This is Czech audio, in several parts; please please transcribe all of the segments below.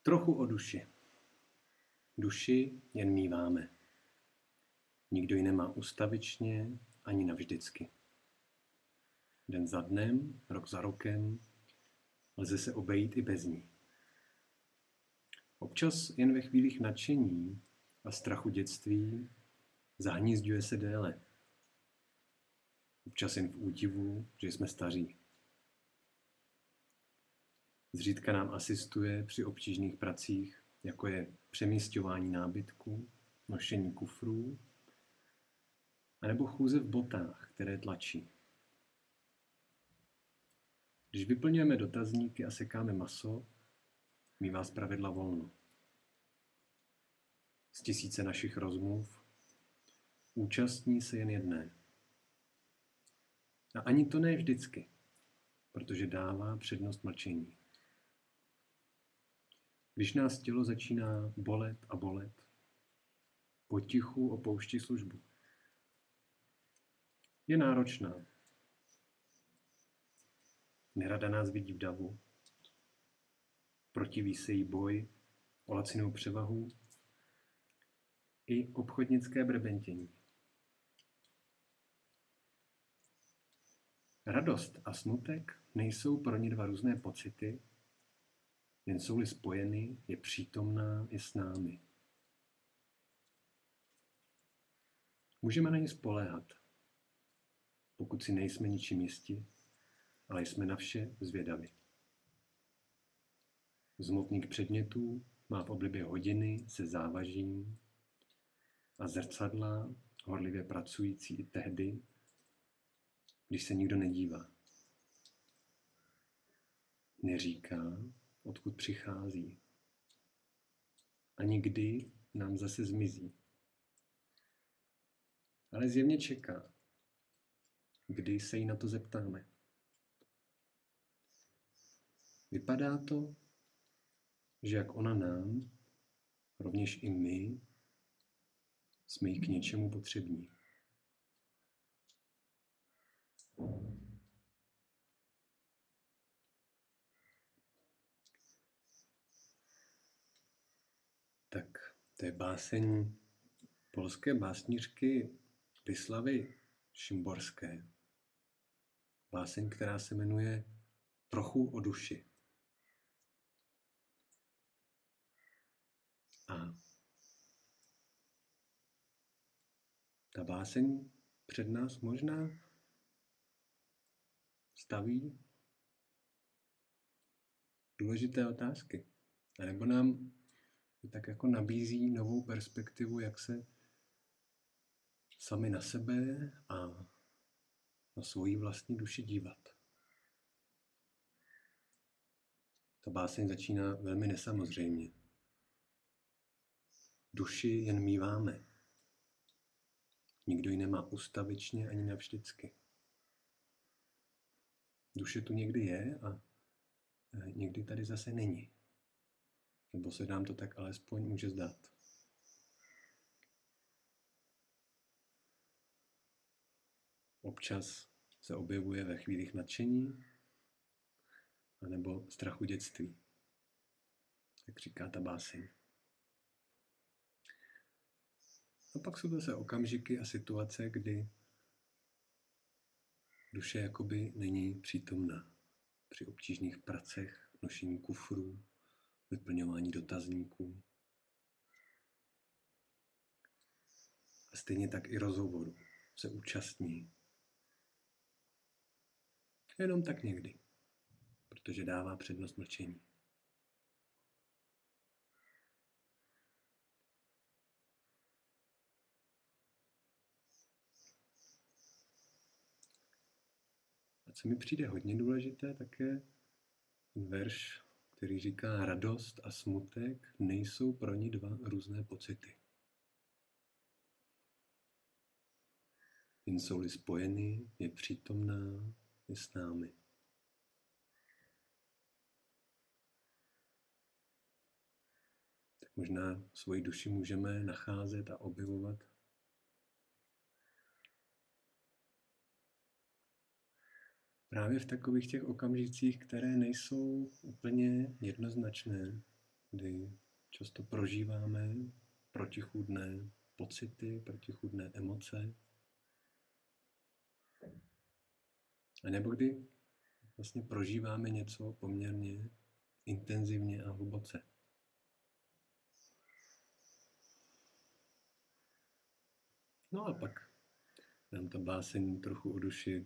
Trochu o duši. Duši jen míváme. Nikdo ji nemá ustavičně ani navždycky. Den za dnem, rok za rokem, lze se obejít i bez ní. Občas jen ve chvílích nadšení a strachu dětství zahnízďuje se déle. Občas jen v údivu, že jsme staří. Zřídka nám asistuje při obtížných pracích, jako je přemísťování nábytku, nošení kufrů, anebo chůze v botách, které tlačí. Když vyplňujeme dotazníky a sekáme maso, mívá zpravidla volno. Z tisíce našich rozmluv účastní se jen jedné. A ani to ne vždycky, protože dává přednost mlčení. Když nás tělo začíná bolet a bolet, potichu opouští službu. Je náročná. Nerada nás vidí v davu. Protiví se jí boj o lacinou převahu i obchodnické brebentění. Radost a smutek nejsou pro ně dva různé pocity, jen jsou-li spojeny, je přítomná i s námi. Můžeme na ní spoléhat, pokud si nejsme ničím jisti, ale jsme na vše zvědavi. Zmotník předmětů má v oblibě hodiny se závažím a zrcadla horlivě pracující i tehdy, když se nikdo nedívá. Neříká, odkud přichází. Ani kdy nám zase zmizí. Ale zjevně čeká, kdy se jí na to zeptáme. Vypadá to, že jak ona nám, rovněž i my jsme jí k něčemu potřební. Tak, to je báseň polské básnířky Wisławy Szymborské. Báseň, která se jmenuje Trochu o duši. A ta báseň před nás možná staví důležité otázky. A nebo nám tak jako nabízí novou perspektivu, jak se sami na sebe a na svoji vlastní duši dívat. Ta báseň začíná velmi nesamozřejmě. Duši jen míváme. Nikdo ji nemá ustavičně ani navždycky. Duše tu někdy je a někdy tady zase není. Nebo se nám to tak alespoň může zdát. Občas se objevuje ve chvílích nadšení anebo strachu dětství. Jak říká ta báseň. A pak jsou zase okamžiky a situace, kdy duše jakoby není přítomná. Při obtížných pracech, nošení kufrů, vyplňování dotazníků. A stejně tak i rozhovoru se účastní. Jenom tak někdy, protože dává přednost mlčení. A co mi přijde hodně důležité, tak je verš, který říká: radost a smutek nejsou pro ní dva různé pocity. Jen jsou-li spojeny, je přítomná, je s námi. Tak možná svoji duši můžeme nacházet a objevovat právě v takových těch okamžicích, které nejsou úplně jednoznačné, kdy často prožíváme protichůdné pocity, protichůdné emoce, a nebo kdy vlastně prožíváme něco poměrně intenzivně a hluboce. No a pak nám ta báseň trochu o duši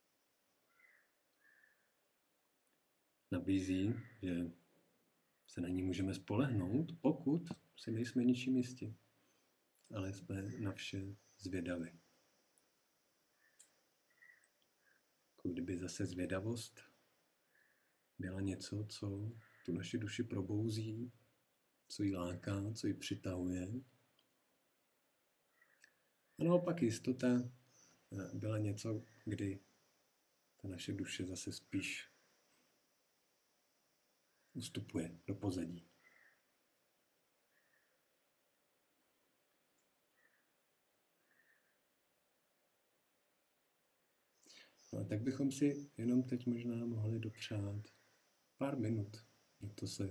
nabízí, že se na ní můžeme spolehnout, pokud si nejsme ničím jistí, ale jsme na vše zvědaví. Jako kdyby zase zvědavost byla něco, co tu naši duši probouzí, co ji láká, co ji přitahuje. A naopak jistota byla něco, kdy ta naše duše zase spíš ustupuje do pozadí. No a tak bychom si jenom teď možná mohli dopřát pár minut na to se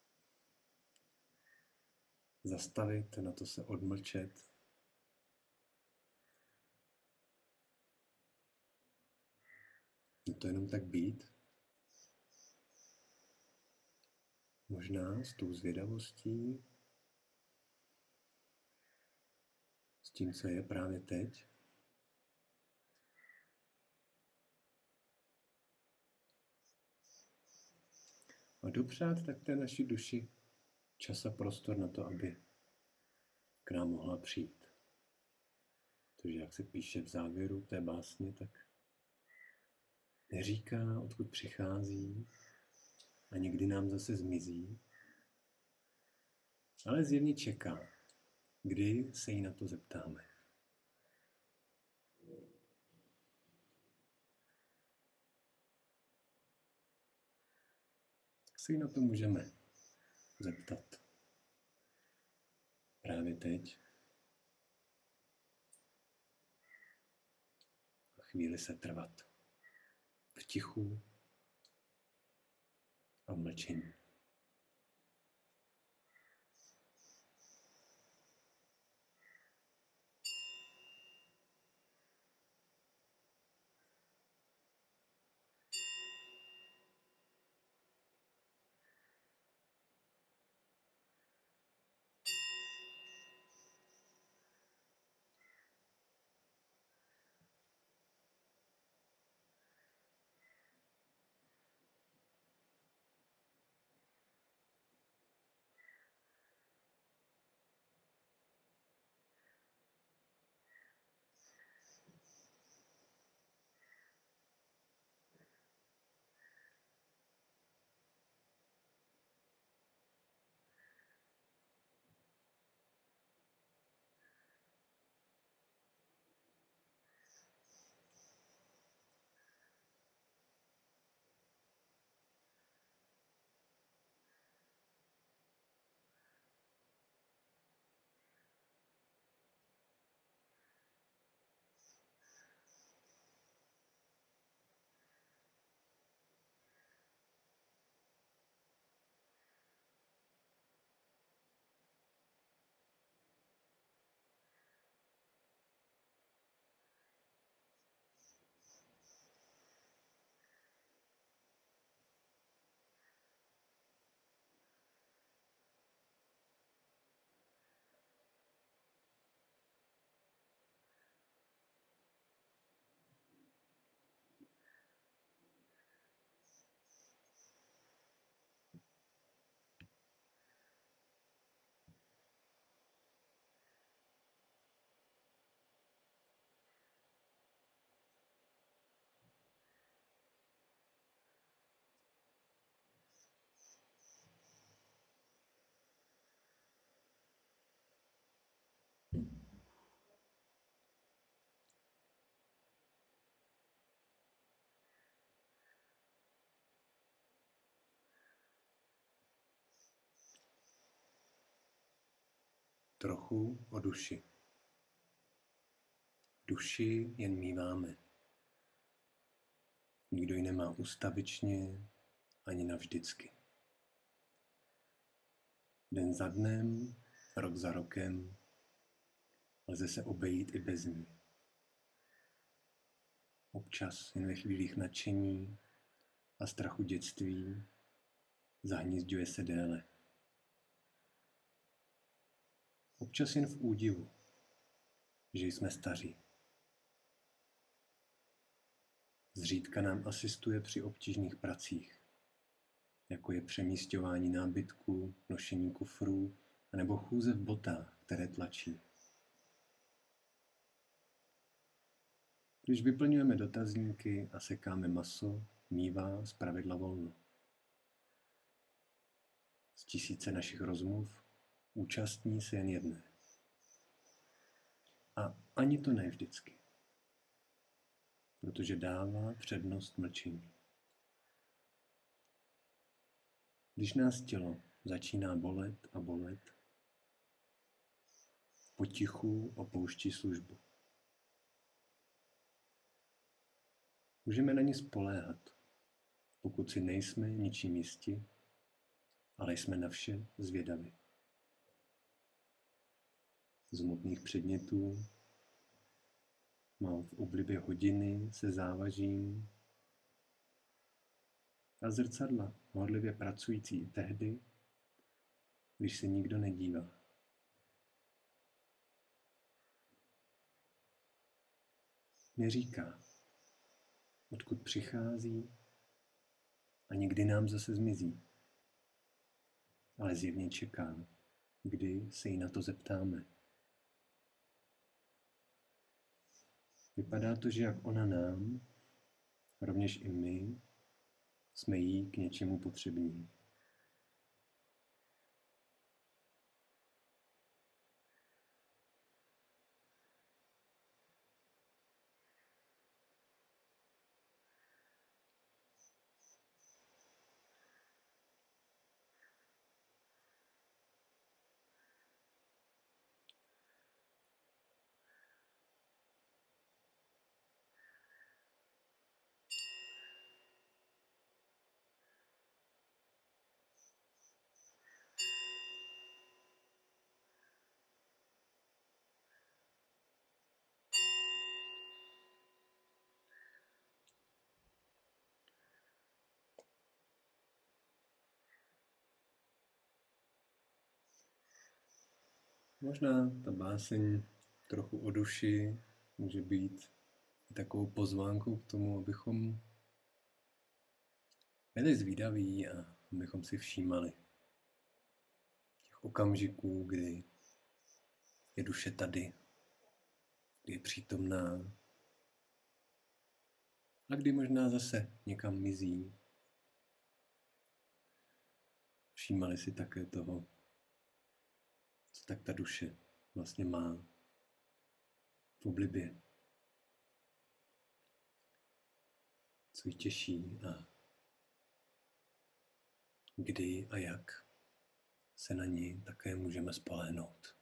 zastavit, na to se odmlčet. Na to jenom tak být. Možná s tou zvědavostí, s tím, co je právě teď. A dopřát tak té naší duši čas a prostor na to, aby k nám mohla přijít. Protože jak se píše v závěru té básně, tak neříká, odkud přichází a někdy nám zase zmizí, ale zjevně čeká, kdy se jí na to zeptáme. Tak se jí na to můžeme zeptat právě teď. A chvíli se trvat v tichu a v mlčení. Trochu o duši. Duši jen míváme. Nikdo ji nemá ustavičně ani navždycky. Den za dnem, rok za rokem, lze se obejít i bez ní. Občas jen ve chvílích nadšení a strachu dětství zahnízďuje se déle. Občas jen v údivu, že jsme staří. Zřídka nám asistuje při obtížných pracích, jako je přemísťování nábytků, nošení kufrů anebo chůze v botách, které tlačí. Když vyplňujeme dotazníky a sekáme maso, mívá zpravidla volno. Z tisíce našich rozmluv účastní se jen jedné. A ani to ne vždycky, protože dává přednost mlčení. Když nás tělo začíná bolet a bolet, potichu opouští službu. Můžeme na ní spoléhat, pokud si nejsme ničím jisti, ale jsme na vše zvědavi. Z hmotných předmětů mám v oblibě hodiny se závažím a zrcadla horlivě pracující i tehdy, když se nikdo nedívá. Neříká, odkud přichází a nikdy nám zase zmizí, ale zjevně čeká, kdy se jí na to zeptáme. Vypadá to, že jak ona nám, rovněž i my, jsme jí k něčemu potřební. Možná ta báseň trochu o duši může být takovou pozvánkou k tomu, abychom byli zvídaví a abychom si všímali těch okamžiků, kdy je duše tady, kdy je přítomná a kdy možná zase někam mizí. Všímali si také toho, co tak ta duše vlastně má v oblibě. Co ji těší a kdy a jak se na ní také můžeme spolehnout.